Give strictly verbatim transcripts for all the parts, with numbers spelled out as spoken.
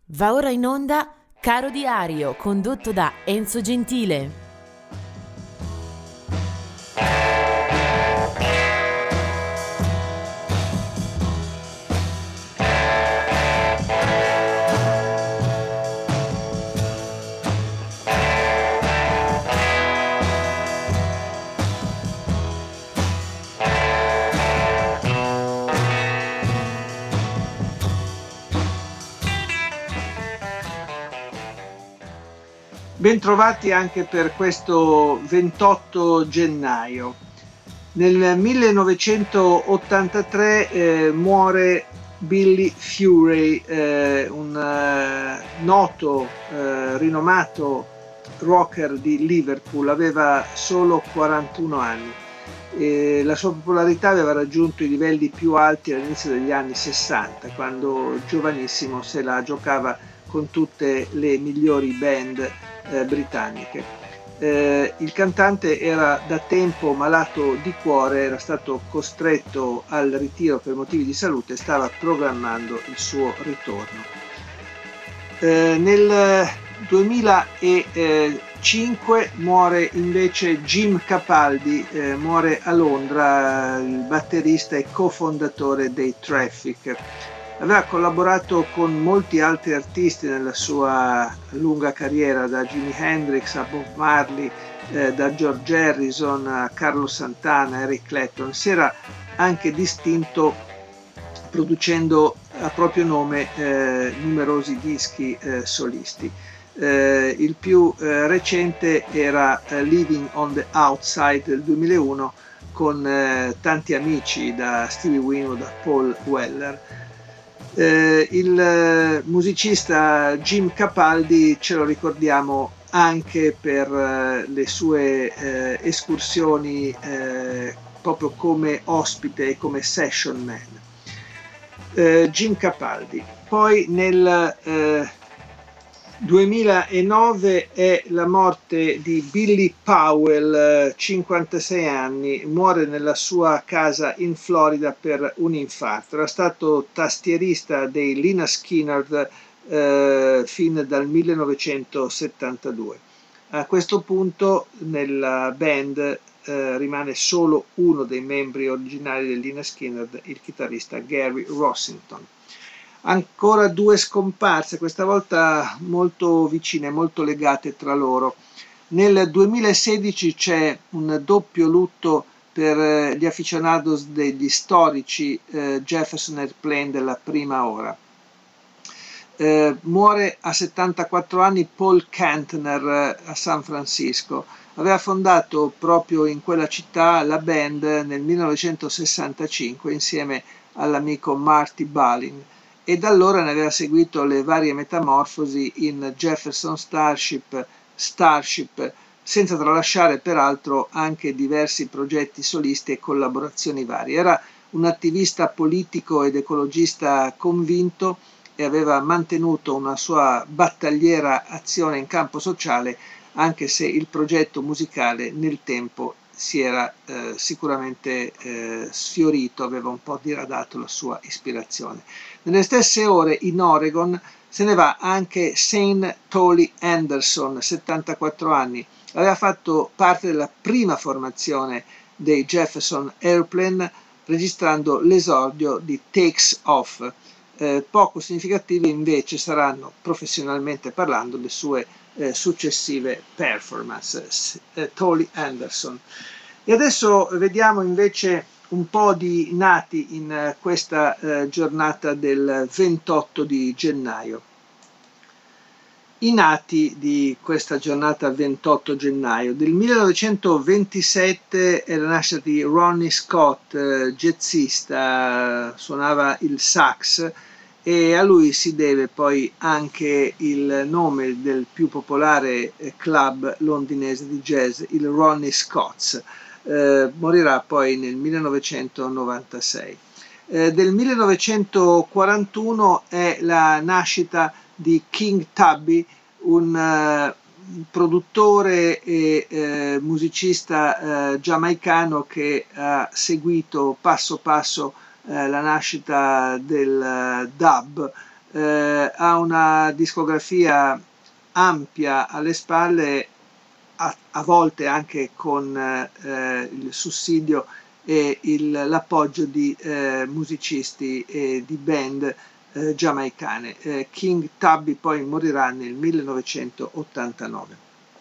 Va ora in onda Caro Diario, condotto da Enzo Gentile. Bentrovati anche per questo ventotto gennaio. Nel millenovecentottantatré eh, muore Billy Furay, eh, un eh, noto, eh, rinomato rocker di Liverpool. Aveva solo quarantuno anni. E la sua popolarità aveva raggiunto i livelli più alti all'inizio degli anni sessanta, quando giovanissimo se la giocava con tutte le migliori band eh, britanniche. Eh, il cantante era da tempo malato di cuore, era stato costretto al ritiro per motivi di salute e stava programmando il suo ritorno. Eh, nel duemilacinque muore invece Jim Capaldi, eh, muore a Londra, il batterista e cofondatore dei Traffic. Aveva collaborato con molti altri artisti nella sua lunga carriera, da Jimi Hendrix a Bob Marley, eh, da George Harrison a Carlos Santana, Eric Clapton. Si era anche distinto producendo a proprio nome eh, numerosi dischi eh, solisti. Eh, il più eh, recente era eh, Living on the Outside del duemilauno, con eh, tanti amici, da Stevie Winwood a Paul Weller. Eh, il eh, musicista Jim Capaldi ce lo ricordiamo anche per eh, le sue eh, escursioni eh, proprio come ospite e come session man. Eh, Jim Capaldi. Poi nel eh, duemilanove è la morte di Billy Powell, cinquantasei anni, muore nella sua casa in Florida per un infarto. Era stato tastierista dei Lynyrd Skynyrd eh, fin dal millenovecentosettantadue. A questo punto nella band eh, rimane solo uno dei membri originali dei Lynyrd Skynyrd, il chitarrista Gary Rossington. Ancora due scomparse, questa volta molto vicine, molto legate tra loro. Nel duemilasedici c'è un doppio lutto per gli aficionados degli storici eh, Jefferson Airplane della prima ora. Eh, muore a settantaquattro anni Paul Kantner eh, a San Francisco. Aveva fondato proprio in quella città la band nel millenovecentosessantacinque insieme all'amico Marty Balin, e da allora ne aveva seguito le varie metamorfosi in Jefferson Starship, Starship, senza tralasciare peraltro anche diversi progetti solisti e collaborazioni varie. Era un attivista politico ed ecologista convinto e aveva mantenuto una sua battagliera azione in campo sociale, anche se il progetto musicale nel tempo si era eh, sicuramente eh, sfiorito, aveva un po' diradato la sua ispirazione. Nelle stesse ore in Oregon se ne va anche Shane Tolley Anderson, settantaquattro anni. Aveva fatto parte della prima formazione dei Jefferson Airplane, registrando l'esordio di Takes Off. Eh, poco significative invece saranno, professionalmente parlando, le sue eh, successive performance. Eh, Tolley Anderson. E adesso vediamo invece un po' di nati in questa eh, giornata del ventotto di gennaio. I nati di questa giornata ventotto gennaio. Del millenovecentoventisette è la nascita di Ronnie Scott, eh, jazzista, suonava il sax, e a lui si deve poi anche il nome del più popolare eh, club londinese di jazz, il Ronnie Scott's. Eh, morirà poi nel millenovecentonovantasei. Eh, del millenovecentoquarantuno è la nascita di King Tubby, un uh, produttore e eh, musicista eh, giamaicano che ha seguito passo passo eh, la nascita del uh, dub, eh, ha una discografia ampia alle spalle, a, a volte anche con eh, il sussidio e l'appoggio di eh, musicisti e di band eh, giamaicane. Eh, King Tubby poi morirà nel millenovecentottantanove.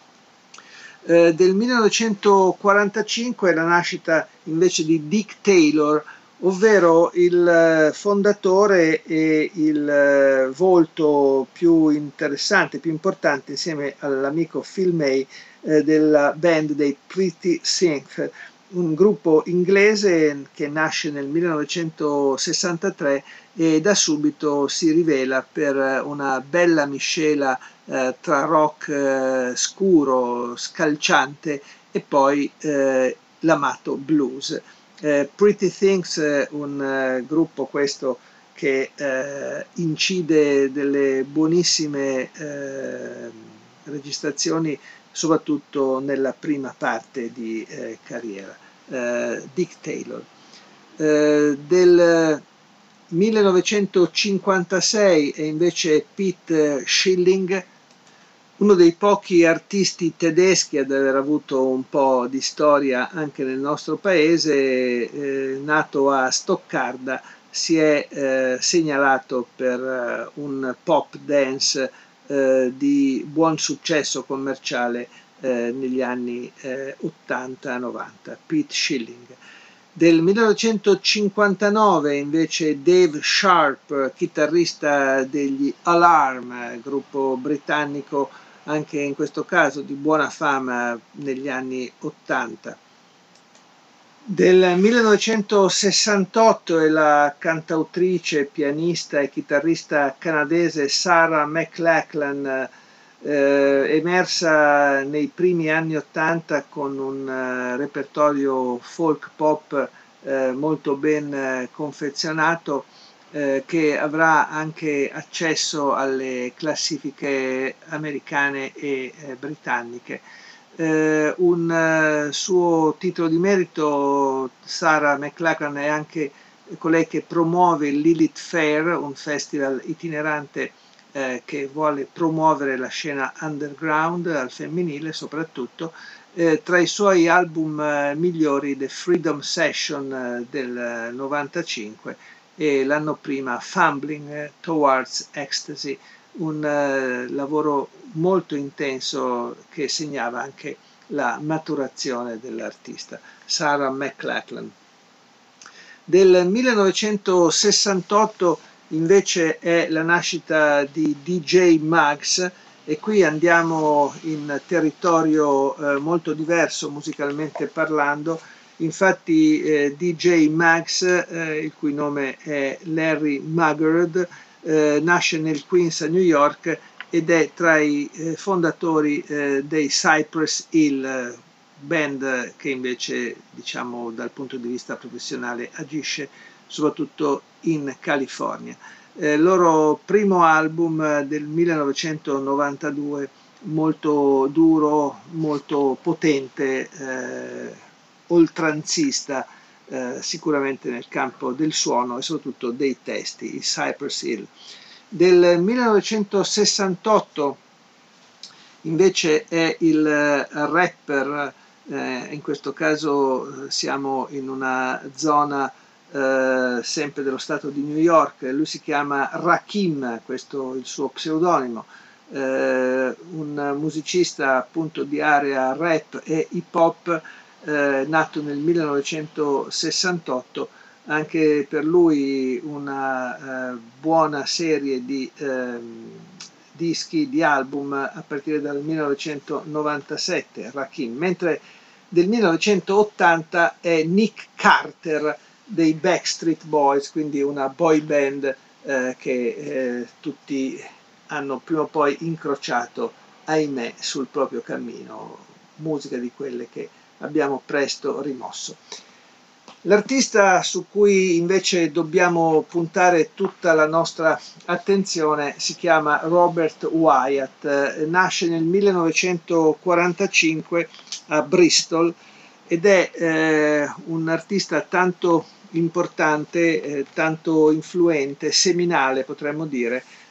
Eh, del millenovecentoquarantacinque è la nascita invece di Dick Taylor, ovvero il fondatore e il volto più interessante, più importante, insieme all'amico Phil May, eh, della band dei Pretty Things, un gruppo inglese che nasce nel millenovecentosessantatré e da subito si rivela per una bella miscela eh, tra rock eh, scuro, scalciante e poi eh, l'amato blues. Eh, Pretty Things, eh, un eh, gruppo questo che eh, incide delle buonissime eh, registrazioni soprattutto nella prima parte di eh, carriera. Eh, Dick Taylor. Eh, del millenovecentocinquantasei è invece Pete Schilling, uno dei pochi artisti tedeschi ad aver avuto un po' di storia anche nel nostro paese. Eh, nato a Stoccarda, si è eh, segnalato per eh, un pop dance eh, di buon successo commerciale eh, negli anni eh, ottanta novanta, Pete Schilling. Del millenovecentocinquantanove invece Dave Sharp, chitarrista degli Alarm, gruppo britannico anche in questo caso di buona fama negli anni ottanta. Del millenovecentosessantotto è la cantautrice, pianista e chitarrista canadese Sarah McLachlan, eh, emersa nei primi anni ottanta con un uh, repertorio folk pop eh, molto ben eh, confezionato, eh, che avrà anche accesso alle classifiche americane e eh, britanniche. Eh, un uh, suo titolo di merito, Sarah McLachlan è anche colei che promuove il Lilith Fair, un festival itinerante eh, che vuole promuovere la scena underground al femminile soprattutto. Eh, tra i suoi album eh, migliori The Freedom Session eh, del novantacinque e l'anno prima Fumbling Towards Ecstasy, un eh, lavoro molto intenso che segnava anche la maturazione dell'artista. Sarah McLachlan. Del millenovecentosessantotto invece è la nascita di D J Muggs, e qui andiamo in territorio eh, molto diverso musicalmente parlando. Infatti eh, D J Muggs, eh, il cui nome è Larry Muggard, eh, nasce nel Queens a New York ed è tra i eh, fondatori eh, dei Cypress Hill, band che invece, diciamo, dal punto di vista professionale agisce soprattutto in California. Il loro primo album del millenovecentonovantadue, molto duro, molto potente, eh, oltranzista, eh, sicuramente nel campo del suono e soprattutto dei testi, i Cypress Hill. Del millenovecentosessantotto invece è il rapper, eh, in questo caso siamo in una zona eh, sempre dello stato di New York. Lui si chiama Rakim, questo è il suo pseudonimo, eh, un musicista appunto di area rap e hip hop, eh, nato nel millenovecentosessantotto. Anche per lui una eh, buona serie di eh, dischi, di album a partire dal millenovecentonovantasette, Rakim, mentre del millenovecentottanta è Nick Carter dei Backstreet Boys, quindi una boy band eh, che eh, tutti hanno prima o poi incrociato, ahimè, sul proprio cammino, musica di quelle che abbiamo presto rimosso. L'artista su cui invece dobbiamo puntare tutta la nostra attenzione si chiama Robert Wyatt, eh, nasce nel millenovecentoquarantacinque a Bristol ed è eh, un artista tanto importante, eh, tanto influente, seminale potremmo dire,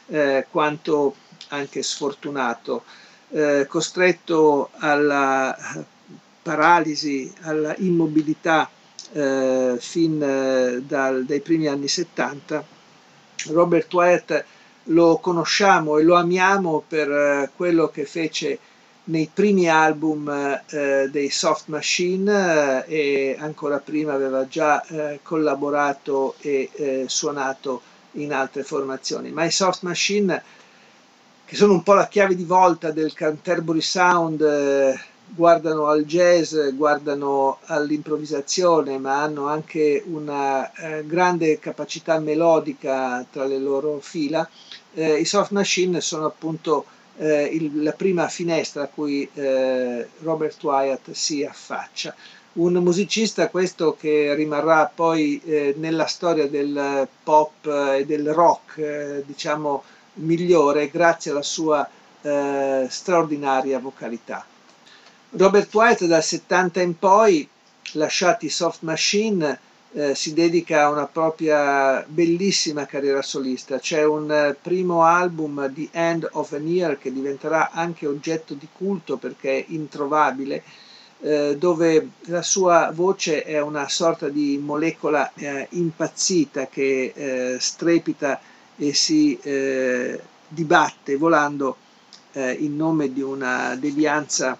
eh, quanto anche sfortunato, eh, costretto alla paralisi, alla immobilità eh, fin eh, dal, dai primi anni settanta. Robert Wyatt lo conosciamo e lo amiamo per eh, quello che fece nei primi album eh, dei Soft Machine eh, e ancora prima aveva già eh, collaborato e eh, suonato in altre formazioni. Ma i Soft Machine, che sono un po' la chiave di volta del Canterbury Sound, eh, guardano al jazz, guardano all'improvvisazione, ma hanno anche una eh, grande capacità melodica tra le loro fila. Eh, I Soft Machine sono appunto eh, il, la prima finestra a cui eh, Robert Wyatt si affaccia. Un musicista questo che rimarrà poi eh, nella storia del pop e del rock, eh, diciamo, migliore grazie alla sua eh, straordinaria vocalità. Robert Wyatt dal settanta in poi, lasciati i Soft Machine, eh, si dedica a una propria bellissima carriera solista. C'è un eh, primo album, The End of an Year, che diventerà anche oggetto di culto perché è introvabile, eh, dove la sua voce è una sorta di molecola eh, impazzita che eh, strepita e si eh, dibatte volando eh, in nome di una devianza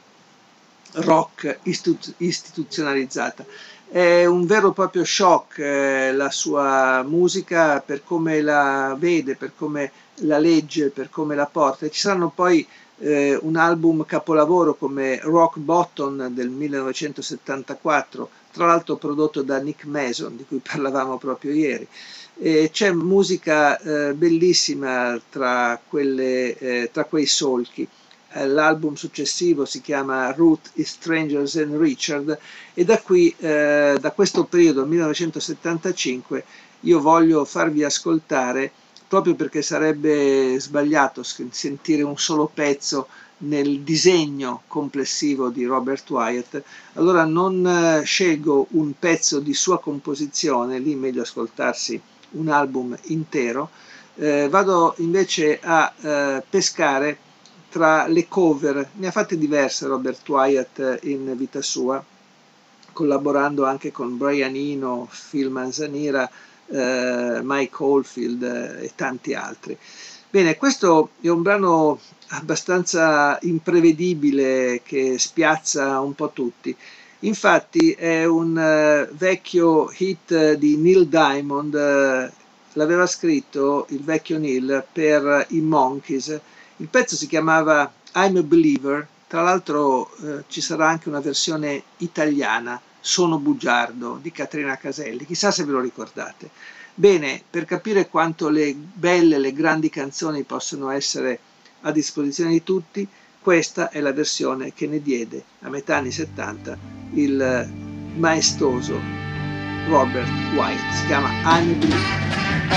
rock istitu- istituzionalizzata. È un vero e proprio shock eh, la sua musica per come la vede, per come la legge, per come la porta. E ci saranno poi eh, un album capolavoro come Rock Bottom del millenovecentosettantaquattro, tra l'altro prodotto da Nick Mason, di cui parlavamo proprio ieri. E c'è musica eh, bellissima tra, quelle, eh, tra quei solchi. L'album successivo si chiama Ruth is Strangers and Richard e da qui, eh, da questo periodo, millenovecentosettantacinque, io voglio farvi ascoltare, proprio perché sarebbe sbagliato sentire un solo pezzo nel disegno complessivo di Robert Wyatt, allora non eh, scelgo un pezzo di sua composizione, lì meglio ascoltarsi un album intero, eh, vado invece a eh, pescare tra le cover. Ne ha fatte diverse Robert Wyatt in vita sua, collaborando anche con Brian Eno, Phil Manzanera, eh, Mike Oldfield eh, e tanti altri. Bene, questo è un brano abbastanza imprevedibile che spiazza un po' tutti. Infatti è un uh, vecchio hit di Neil Diamond, uh, l'aveva scritto il vecchio Neil per i Monkees. Il pezzo si chiamava I'm a Believer, tra l'altro eh, ci sarà anche una versione italiana, Sono bugiardo, di Caterina Caselli, chissà se ve lo ricordate. Bene, per capire quanto le belle, le grandi canzoni possono essere a disposizione di tutti, questa è la versione che ne diede a metà anni settanta il maestoso Robert Wyatt, si chiama I'm a Believer.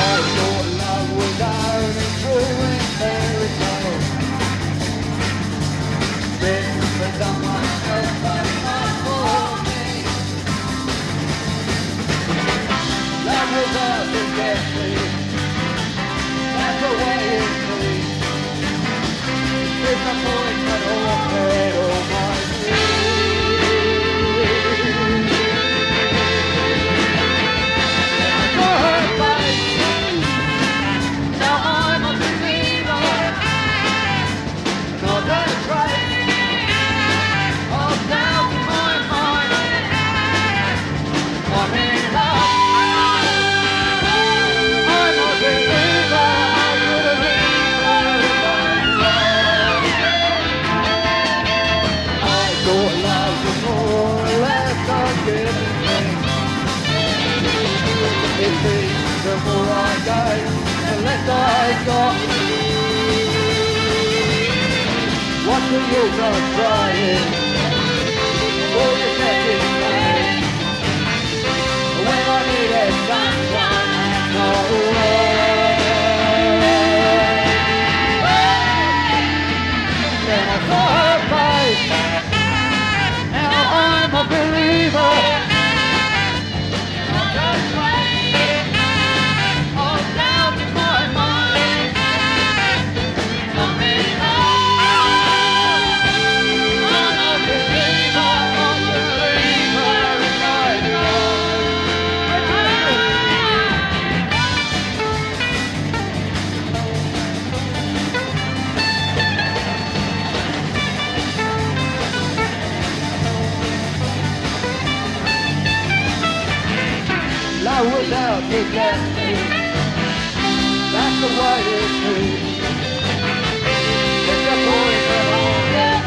What do you not trying? Oh, you're catching fire. When I need a sunshine, no rain. Then I saw her face. Now I'm a believer. I'm just waiting. All down in my mind. It's destiny. That's the way it is. It's a poison on that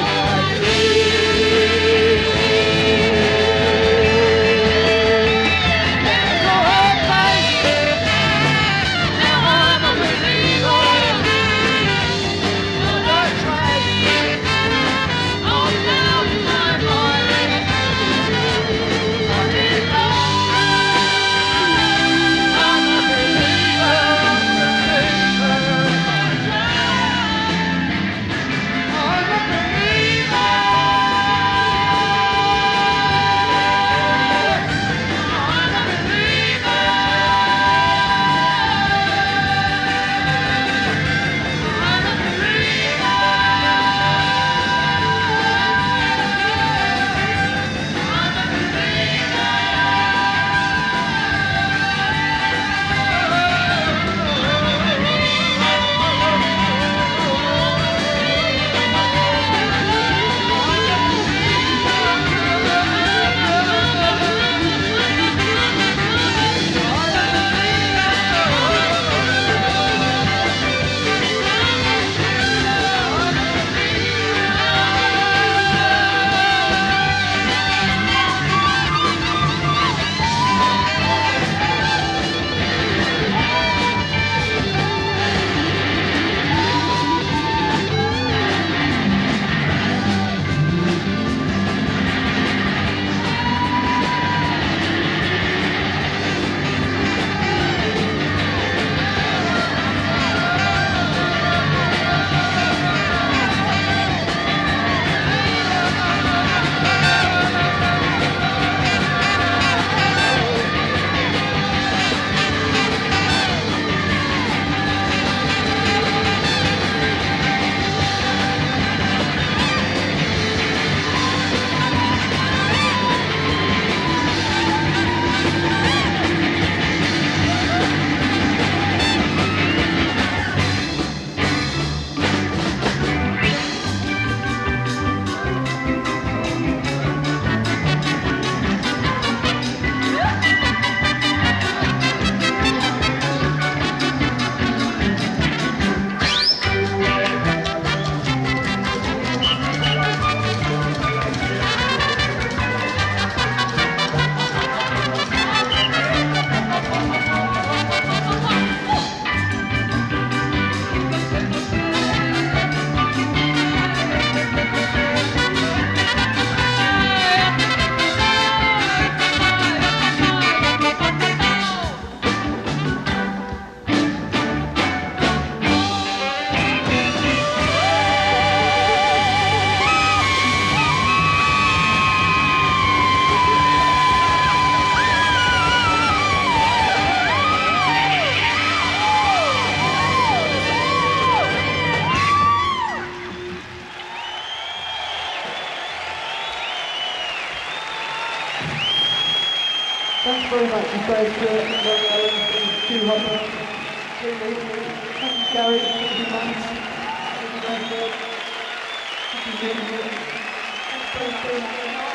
Thanks very much, you guys. Stuart, Laurie Owen, Stu Hopper, Jim Lee. Thank you, Gary. Thank you, Matt. Thank you, Michael. Thank you, Jim. Thanks very much.